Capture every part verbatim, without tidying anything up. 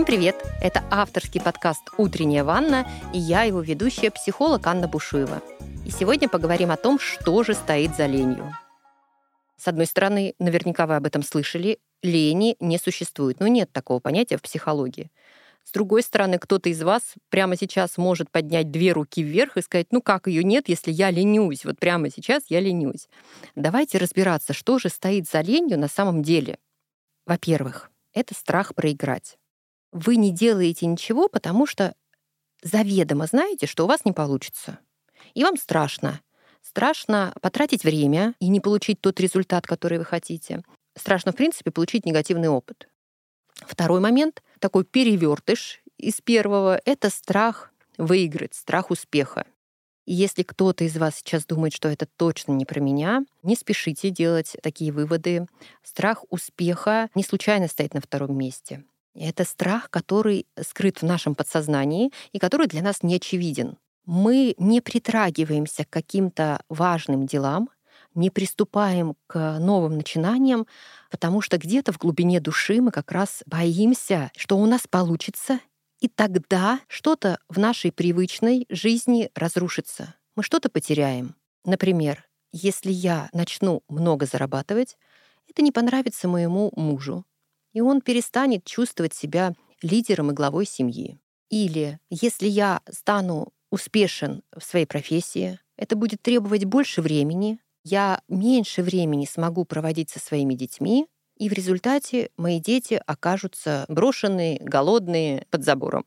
Всем привет! Это авторский подкаст «Утренняя ванна» и я, его ведущая, психолог Анна Бушуева. И сегодня поговорим о том, что же стоит за ленью. С одной стороны, наверняка вы об этом слышали, лени не существует. Ну, нет такого понятия в психологии. С другой стороны, кто-то из вас прямо сейчас может поднять две руки вверх и сказать, ну как ее нет, если я ленюсь? Вот прямо сейчас я ленюсь. Давайте разбираться, что же стоит за ленью на самом деле. Во-первых, это страх проиграть. Вы не делаете ничего, потому что заведомо знаете, что у вас не получится. И вам страшно. Страшно потратить время и не получить тот результат, который вы хотите. Страшно, в принципе, получить негативный опыт. Второй момент, такой перевертыш из первого, это страх выиграть, страх успеха. И если кто-то из вас сейчас думает, что это точно не про меня, не спешите делать такие выводы. Страх успеха не случайно стоит на втором месте. Это страх, который скрыт в нашем подсознании и который для нас не очевиден. Мы не притрагиваемся к каким-то важным делам, не приступаем к новым начинаниям, потому что где-то в глубине души мы как раз боимся, что у нас получится, и тогда что-то в нашей привычной жизни разрушится. Мы что-то потеряем. Например, если я начну много зарабатывать, это не понравится моему мужу, и он перестанет чувствовать себя лидером и главой семьи. Или если я стану успешен в своей профессии, это будет требовать больше времени, я меньше времени смогу проводить со своими детьми, и в результате мои дети окажутся брошенные, голодные, под забором.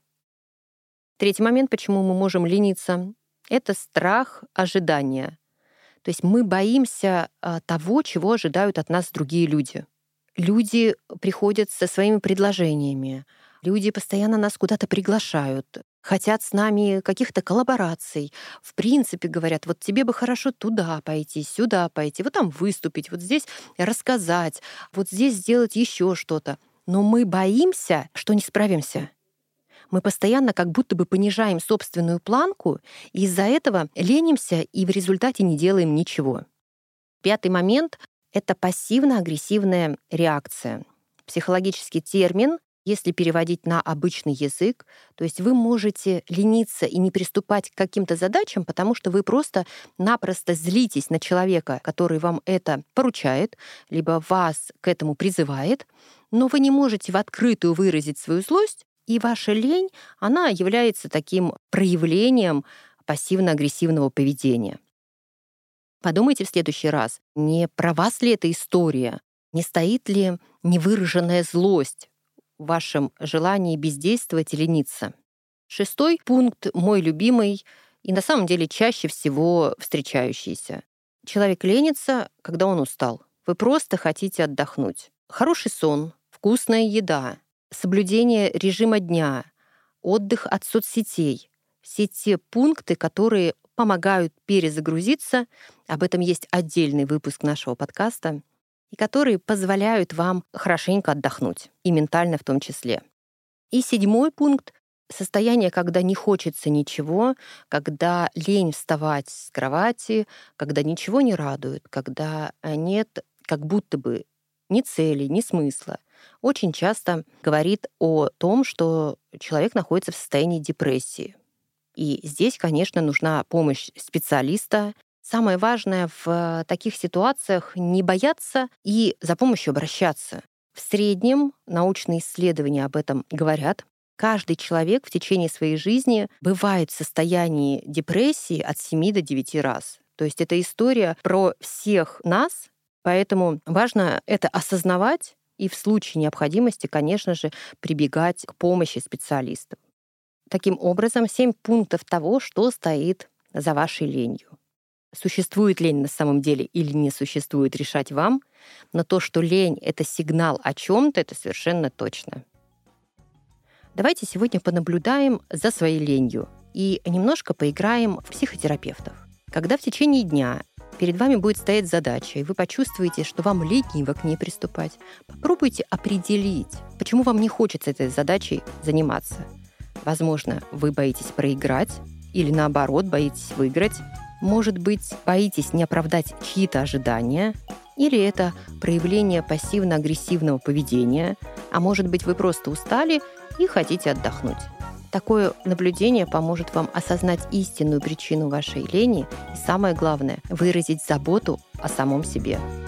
Третий момент, почему мы можем лениться, это страх ожидания. То есть мы боимся того, чего ожидают от нас другие люди. Люди приходят со своими предложениями, люди постоянно нас куда-то приглашают, хотят с нами каких-то коллабораций. В принципе, говорят, вот тебе бы хорошо туда пойти, сюда пойти, вот там выступить, вот здесь рассказать, вот здесь сделать еще что-то. Но мы боимся, что не справимся. Мы постоянно как будто бы понижаем собственную планку, и из-за этого ленимся и в результате не делаем ничего. Пятый момент — это пассивно-агрессивная реакция. Психологический термин, если переводить на обычный язык, то есть вы можете лениться и не приступать к каким-то задачам, потому что вы просто-напросто злитесь на человека, который вам это поручает, либо вас к этому призывает, но вы не можете в открытую выразить свою злость, и ваша лень, она является таким проявлением пассивно-агрессивного поведения. Подумайте в следующий раз, не про вас ли эта история, не стоит ли невыраженная злость в вашем желании бездействовать и лениться. Шестой пункт, мой любимый, и на самом деле чаще всего встречающийся. Человек ленится, когда он устал. Вы просто хотите отдохнуть. Хороший сон, вкусная еда, соблюдение режима дня, отдых от соцсетей. Все те пункты, которые помогают перезагрузиться, об этом есть отдельный выпуск нашего подкаста, и которые позволяют вам хорошенько отдохнуть, и ментально в том числе. И седьмой пункт — состояние, когда не хочется ничего, когда лень вставать с кровати, когда ничего не радует, когда нет как будто бы ни цели, ни смысла. Очень часто говорит о том, что человек находится в состоянии депрессии. И здесь, конечно, нужна помощь специалиста. Самое важное в таких ситуациях — не бояться и за помощью обращаться. В среднем научные исследования об этом говорят. Каждый человек в течение своей жизни бывает в состоянии депрессии от семи до девяти раз. То есть это история про всех нас, поэтому важно это осознавать и в случае необходимости, конечно же, прибегать к помощи специалистов. Таким образом, семь пунктов того, что стоит за вашей ленью. Существует лень на самом деле или не существует, решать вам, но то, что лень — это сигнал о чем-то, это совершенно точно. Давайте сегодня понаблюдаем за своей ленью и немножко поиграем в психотерапевтов. Когда в течение дня перед вами будет стоять задача, и вы почувствуете, что вам лениво к ней приступать, попробуйте определить, почему вам не хочется этой задачей заниматься. Возможно, вы боитесь проиграть или, наоборот, боитесь выиграть. Может быть, боитесь не оправдать чьи-то ожидания, или это проявление пассивно-агрессивного поведения, а может быть, вы просто устали и хотите отдохнуть. Такое наблюдение поможет вам осознать истинную причину вашей лени и, самое главное, выразить заботу о самом себе.